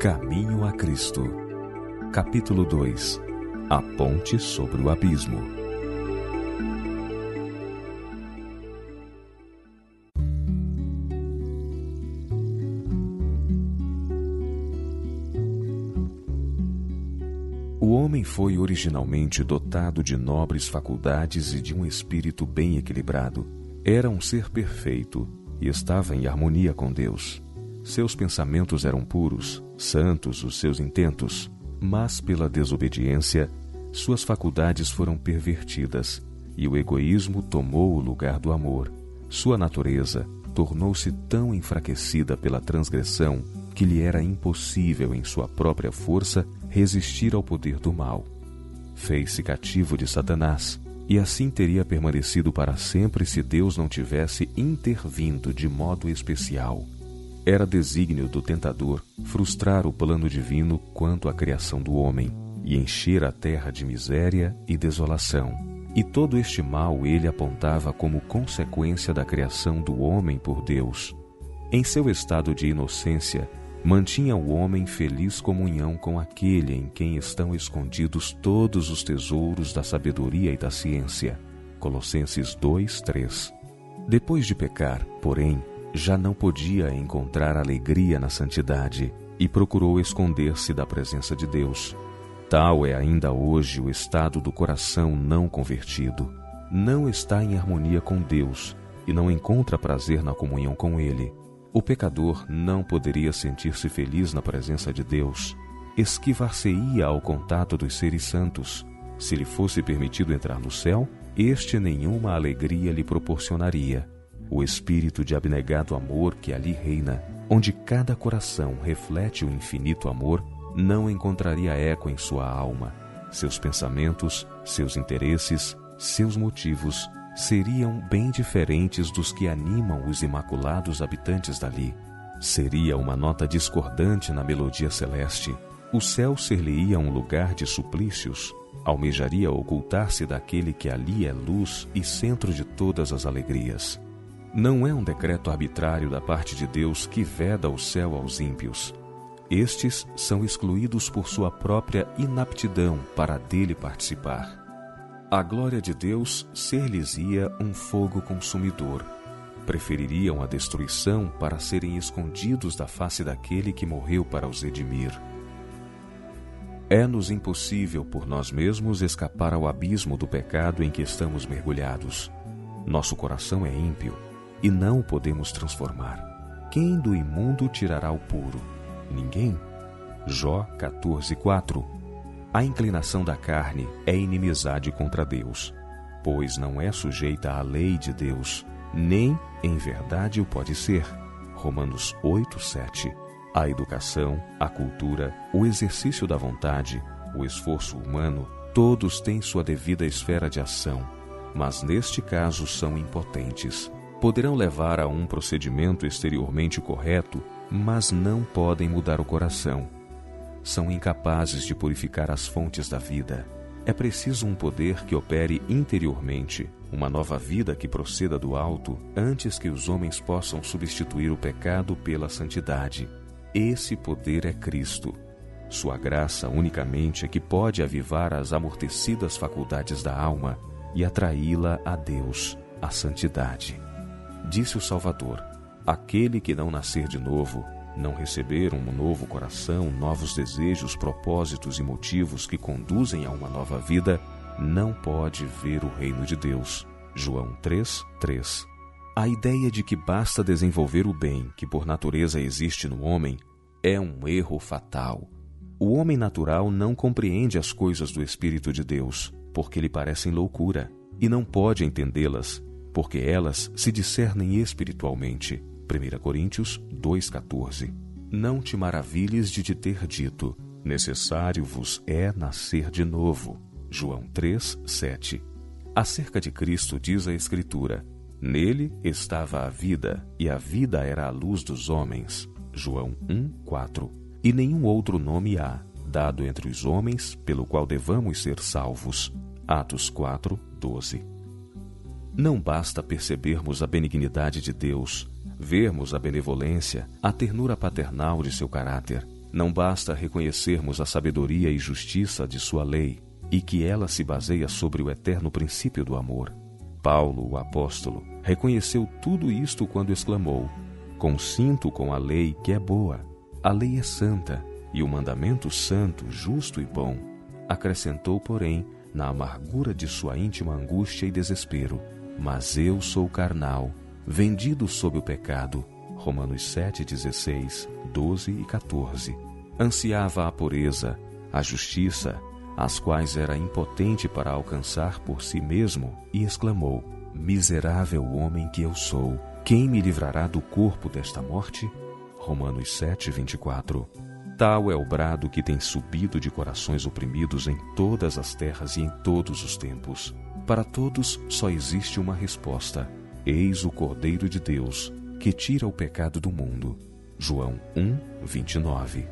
Caminho a Cristo. Capítulo 2. A ponte sobre o abismo. O homem foi originalmente dotado de nobres faculdades e de um espírito bem equilibrado. Era um ser perfeito e estava em harmonia com Deus. Seus pensamentos eram puros, santos os seus intentos, mas pela desobediência, suas faculdades foram pervertidas e o egoísmo tomou o lugar do amor. Sua natureza tornou-se tão enfraquecida pela transgressão que lhe era impossível, em sua própria força, resistir ao poder do mal. Fez-se cativo de Satanás, e assim teria permanecido para sempre se Deus não tivesse intervindo de modo especial. Era desígnio do tentador frustrar o plano divino quanto à criação do homem e encher a terra de miséria e desolação. E todo este mal ele apontava como consequência da criação do homem por Deus. Em seu estado de inocência, mantinha o homem feliz comunhão com aquele em quem estão escondidos todos os tesouros da sabedoria e da ciência. Colossenses 2:3. Depois de pecar, porém, já não podia encontrar alegria na santidade e procurou esconder-se da presença de Deus. Tal é ainda hoje o estado do coração não convertido. Não está em harmonia com Deus e não encontra prazer na comunhão com Ele. O pecador não poderia sentir-se feliz na presença de Deus. Esquivar-se-ia ao contato dos seres santos. Se lhe fosse permitido entrar no céu, este nenhuma alegria lhe proporcionaria. O espírito de abnegado amor que ali reina, onde cada coração reflete o infinito amor, não encontraria eco em sua alma. Seus pensamentos, seus interesses, seus motivos seriam bem diferentes dos que animam os imaculados habitantes dali. Seria uma nota discordante na melodia celeste. O céu ser-lhe-ia um lugar de suplícios. Almejaria ocultar-se daquele que ali é luz e centro de todas as alegrias. Não é um decreto arbitrário da parte de Deus que veda o céu aos ímpios. Estes são excluídos por sua própria inaptidão para dele participar. A glória de Deus ser-lhes-ia um fogo consumidor. Prefeririam a destruição para serem escondidos da face daquele que morreu para os redimir. É-nos impossível por nós mesmos escapar ao abismo do pecado em que estamos mergulhados. Nosso coração é ímpio e não o podemos transformar. Quem do imundo tirará o puro? Ninguém. Jó 14:4. A inclinação da carne é inimizade contra Deus, pois não é sujeita à lei de Deus, nem em verdade o pode ser. Romanos 8:7. A educação, a cultura, o exercício da vontade, o esforço humano, todos têm sua devida esfera de ação, mas neste caso são impotentes. Poderão levar a um procedimento exteriormente correto, mas não podem mudar o coração. São incapazes de purificar as fontes da vida. É preciso um poder que opere interiormente, uma nova vida que proceda do alto, antes que os homens possam substituir o pecado pela santidade. Esse poder é Cristo. Sua graça unicamente é que pode avivar as amortecidas faculdades da alma e atraí-la a Deus, a santidade. Disse o Salvador: aquele que não nascer de novo, não receber um novo coração, novos desejos, propósitos e motivos que conduzem a uma nova vida, não pode ver o reino de Deus. João 3:3. A ideia de que basta desenvolver o bem que por natureza existe no homem é um erro fatal. O homem natural não compreende as coisas do Espírito de Deus, porque lhe parecem loucura, e não pode entendê-las, porque elas se discernem espiritualmente. 1 Coríntios 2:14. Não te maravilhes de te ter dito: necessário vos é nascer de novo. João 3:7. Acerca de Cristo diz a Escritura: nele estava a vida, e a vida era a luz dos homens. João 1:4. E nenhum outro nome há, dado entre os homens, pelo qual devamos ser salvos. Atos 4:12. Não basta percebermos a benignidade de Deus, vermos a benevolência, a ternura paternal de seu caráter. Não basta reconhecermos a sabedoria e justiça de sua lei, e que ela se baseia sobre o eterno princípio do amor. Paulo, o apóstolo, reconheceu tudo isto quando exclamou: "Consinto com a lei que é boa. A lei é santa, e o mandamento santo, justo e bom." Acrescentou, porém, na amargura de sua íntima angústia e desespero: "Mas eu sou carnal, vendido sob o pecado." Romanos 7, 16, 12 e 14. Ansiava a pureza, a justiça, as quais era impotente para alcançar por si mesmo, e exclamou: "Miserável homem que eu sou, quem me livrará do corpo desta morte?" Romanos 7, 24. Tal é o brado que tem subido de corações oprimidos em todas as terras e em todos os tempos. Para todos só existe uma resposta: eis o Cordeiro de Deus, que tira o pecado do mundo. João 1, 29.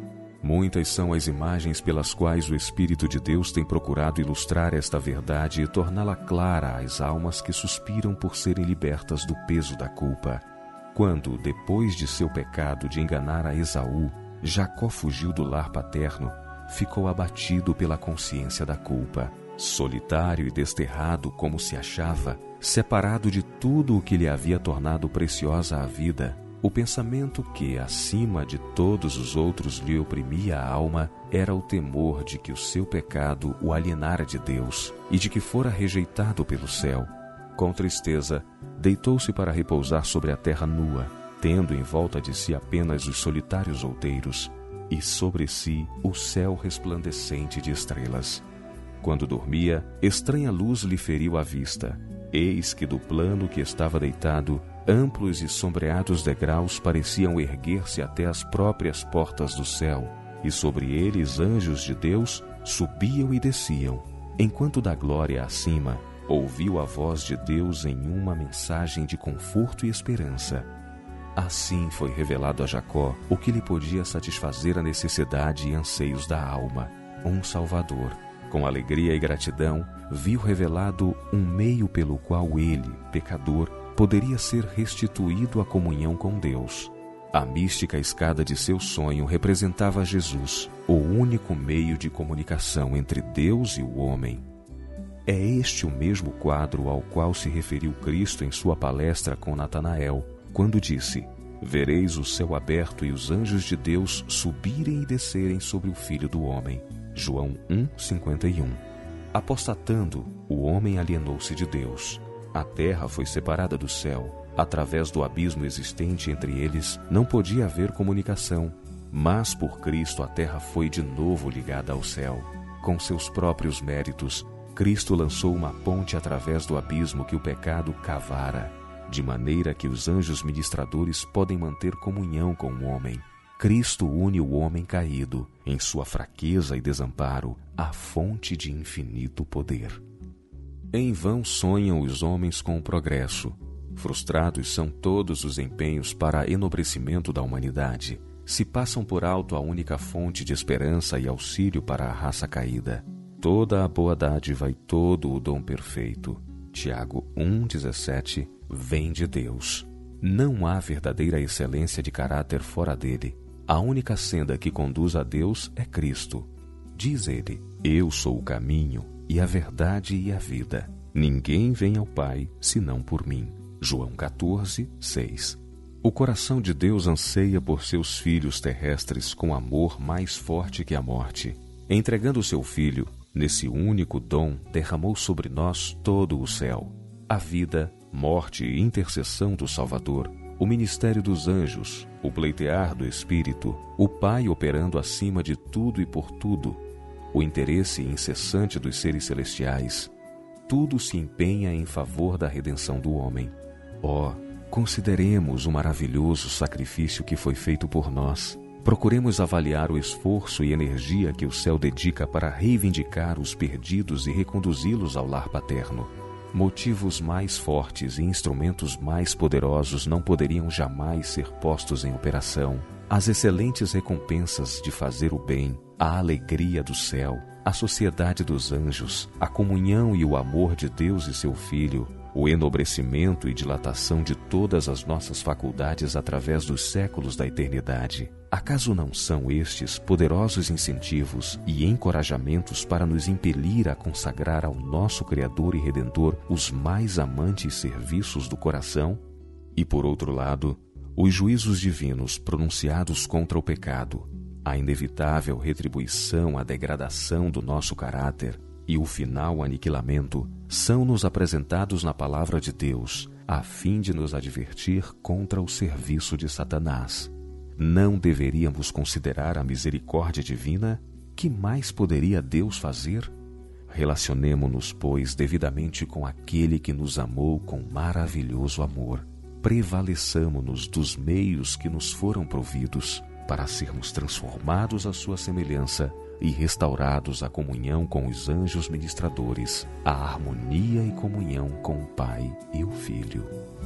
Muitas são as imagens pelas quais o Espírito de Deus tem procurado ilustrar esta verdade e torná-la clara às almas que suspiram por serem libertas do peso da culpa. Quando, depois de seu pecado de enganar a Esaú, Jacó fugiu do lar paterno, ficou abatido pela consciência da culpa. Solitário e desterrado como se achava, separado de tudo o que lhe havia tornado preciosa a vida, o pensamento que, acima de todos os outros, lhe oprimia a alma era o temor de que o seu pecado o alienara de Deus e de que fora rejeitado pelo céu. Com tristeza, deitou-se para repousar sobre a terra nua, tendo em volta de si apenas os solitários outeiros, e sobre si o céu resplandecente de estrelas. Quando dormia, estranha luz lhe feriu a vista. Eis que do plano que estava deitado, amplos e sombreados degraus pareciam erguer-se até as próprias portas do céu, e sobre eles anjos de Deus subiam e desciam. Enquanto da glória acima, ouviu a voz de Deus em uma mensagem de conforto e esperança. Assim foi revelado a Jacó o que lhe podia satisfazer a necessidade e anseios da alma: um Salvador. Com alegria e gratidão, viu revelado um meio pelo qual ele, pecador, poderia ser restituído à comunhão com Deus. A mística escada de seu sonho representava Jesus, o único meio de comunicação entre Deus e o homem. É este o mesmo quadro ao qual se referiu Cristo em sua palestra com Natanael, quando disse: "Vereis o céu aberto e os anjos de Deus subirem e descerem sobre o Filho do Homem." João 1, 51. Apostatando, o homem alienou-se de Deus. A terra foi separada do céu. Através do abismo existente entre eles, não podia haver comunicação. Mas por Cristo a terra foi de novo ligada ao céu. Com seus próprios méritos, Cristo lançou uma ponte através do abismo que o pecado cavara, de maneira que os anjos ministradores podem manter comunhão com o homem. Cristo une o homem caído, em sua fraqueza e desamparo, à fonte de infinito poder. Em vão sonham os homens com o progresso. Frustrados são todos os empenhos para enobrecimento da humanidade. Se passam por alto a única fonte de esperança e auxílio para a raça caída. Toda a boa dádiva e todo o dom perfeito, Tiago 1,17, vem de Deus. Não há verdadeira excelência de caráter fora dele. A única senda que conduz a Deus é Cristo. Diz ele: "Eu sou o caminho e a verdade e a vida. Ninguém vem ao Pai senão por mim." João 14, 6. O coração de Deus anseia por seus filhos terrestres com amor mais forte que a morte. Entregando seu Filho, nesse único dom, derramou sobre nós todo o céu. A vida, morte e intercessão do Salvador, o ministério dos anjos, o pleitear do Espírito, o Pai operando acima de tudo e por tudo, o interesse incessante dos seres celestiais, tudo se empenha em favor da redenção do homem. Consideremos o maravilhoso sacrifício que foi feito por nós. Procuremos avaliar o esforço e energia que o céu dedica para reivindicar os perdidos e reconduzi-los ao lar paterno. Motivos mais fortes e instrumentos mais poderosos não poderiam jamais ser postos em operação. As excelentes recompensas de fazer o bem, a alegria do céu, a sociedade dos anjos, a comunhão e o amor de Deus e seu Filho, o enobrecimento e dilatação de todas as nossas faculdades através dos séculos da eternidade. Acaso não são estes poderosos incentivos e encorajamentos para nos impelir a consagrar ao nosso Criador e Redentor os mais amantes serviços do coração? E por outro lado, os juízos divinos pronunciados contra o pecado, a inevitável retribuição à degradação do nosso caráter e o final aniquilamento são-nos apresentados na Palavra de Deus, a fim de nos advertir contra o serviço de Satanás. Não deveríamos considerar a misericórdia divina? Que mais poderia Deus fazer? Relacionemo-nos, pois, devidamente com aquele que nos amou com maravilhoso amor. Prevaleçamo-nos dos meios que nos foram providos, para sermos transformados à sua semelhança e restaurados à comunhão com os anjos ministradores, à harmonia e comunhão com o Pai e o Filho.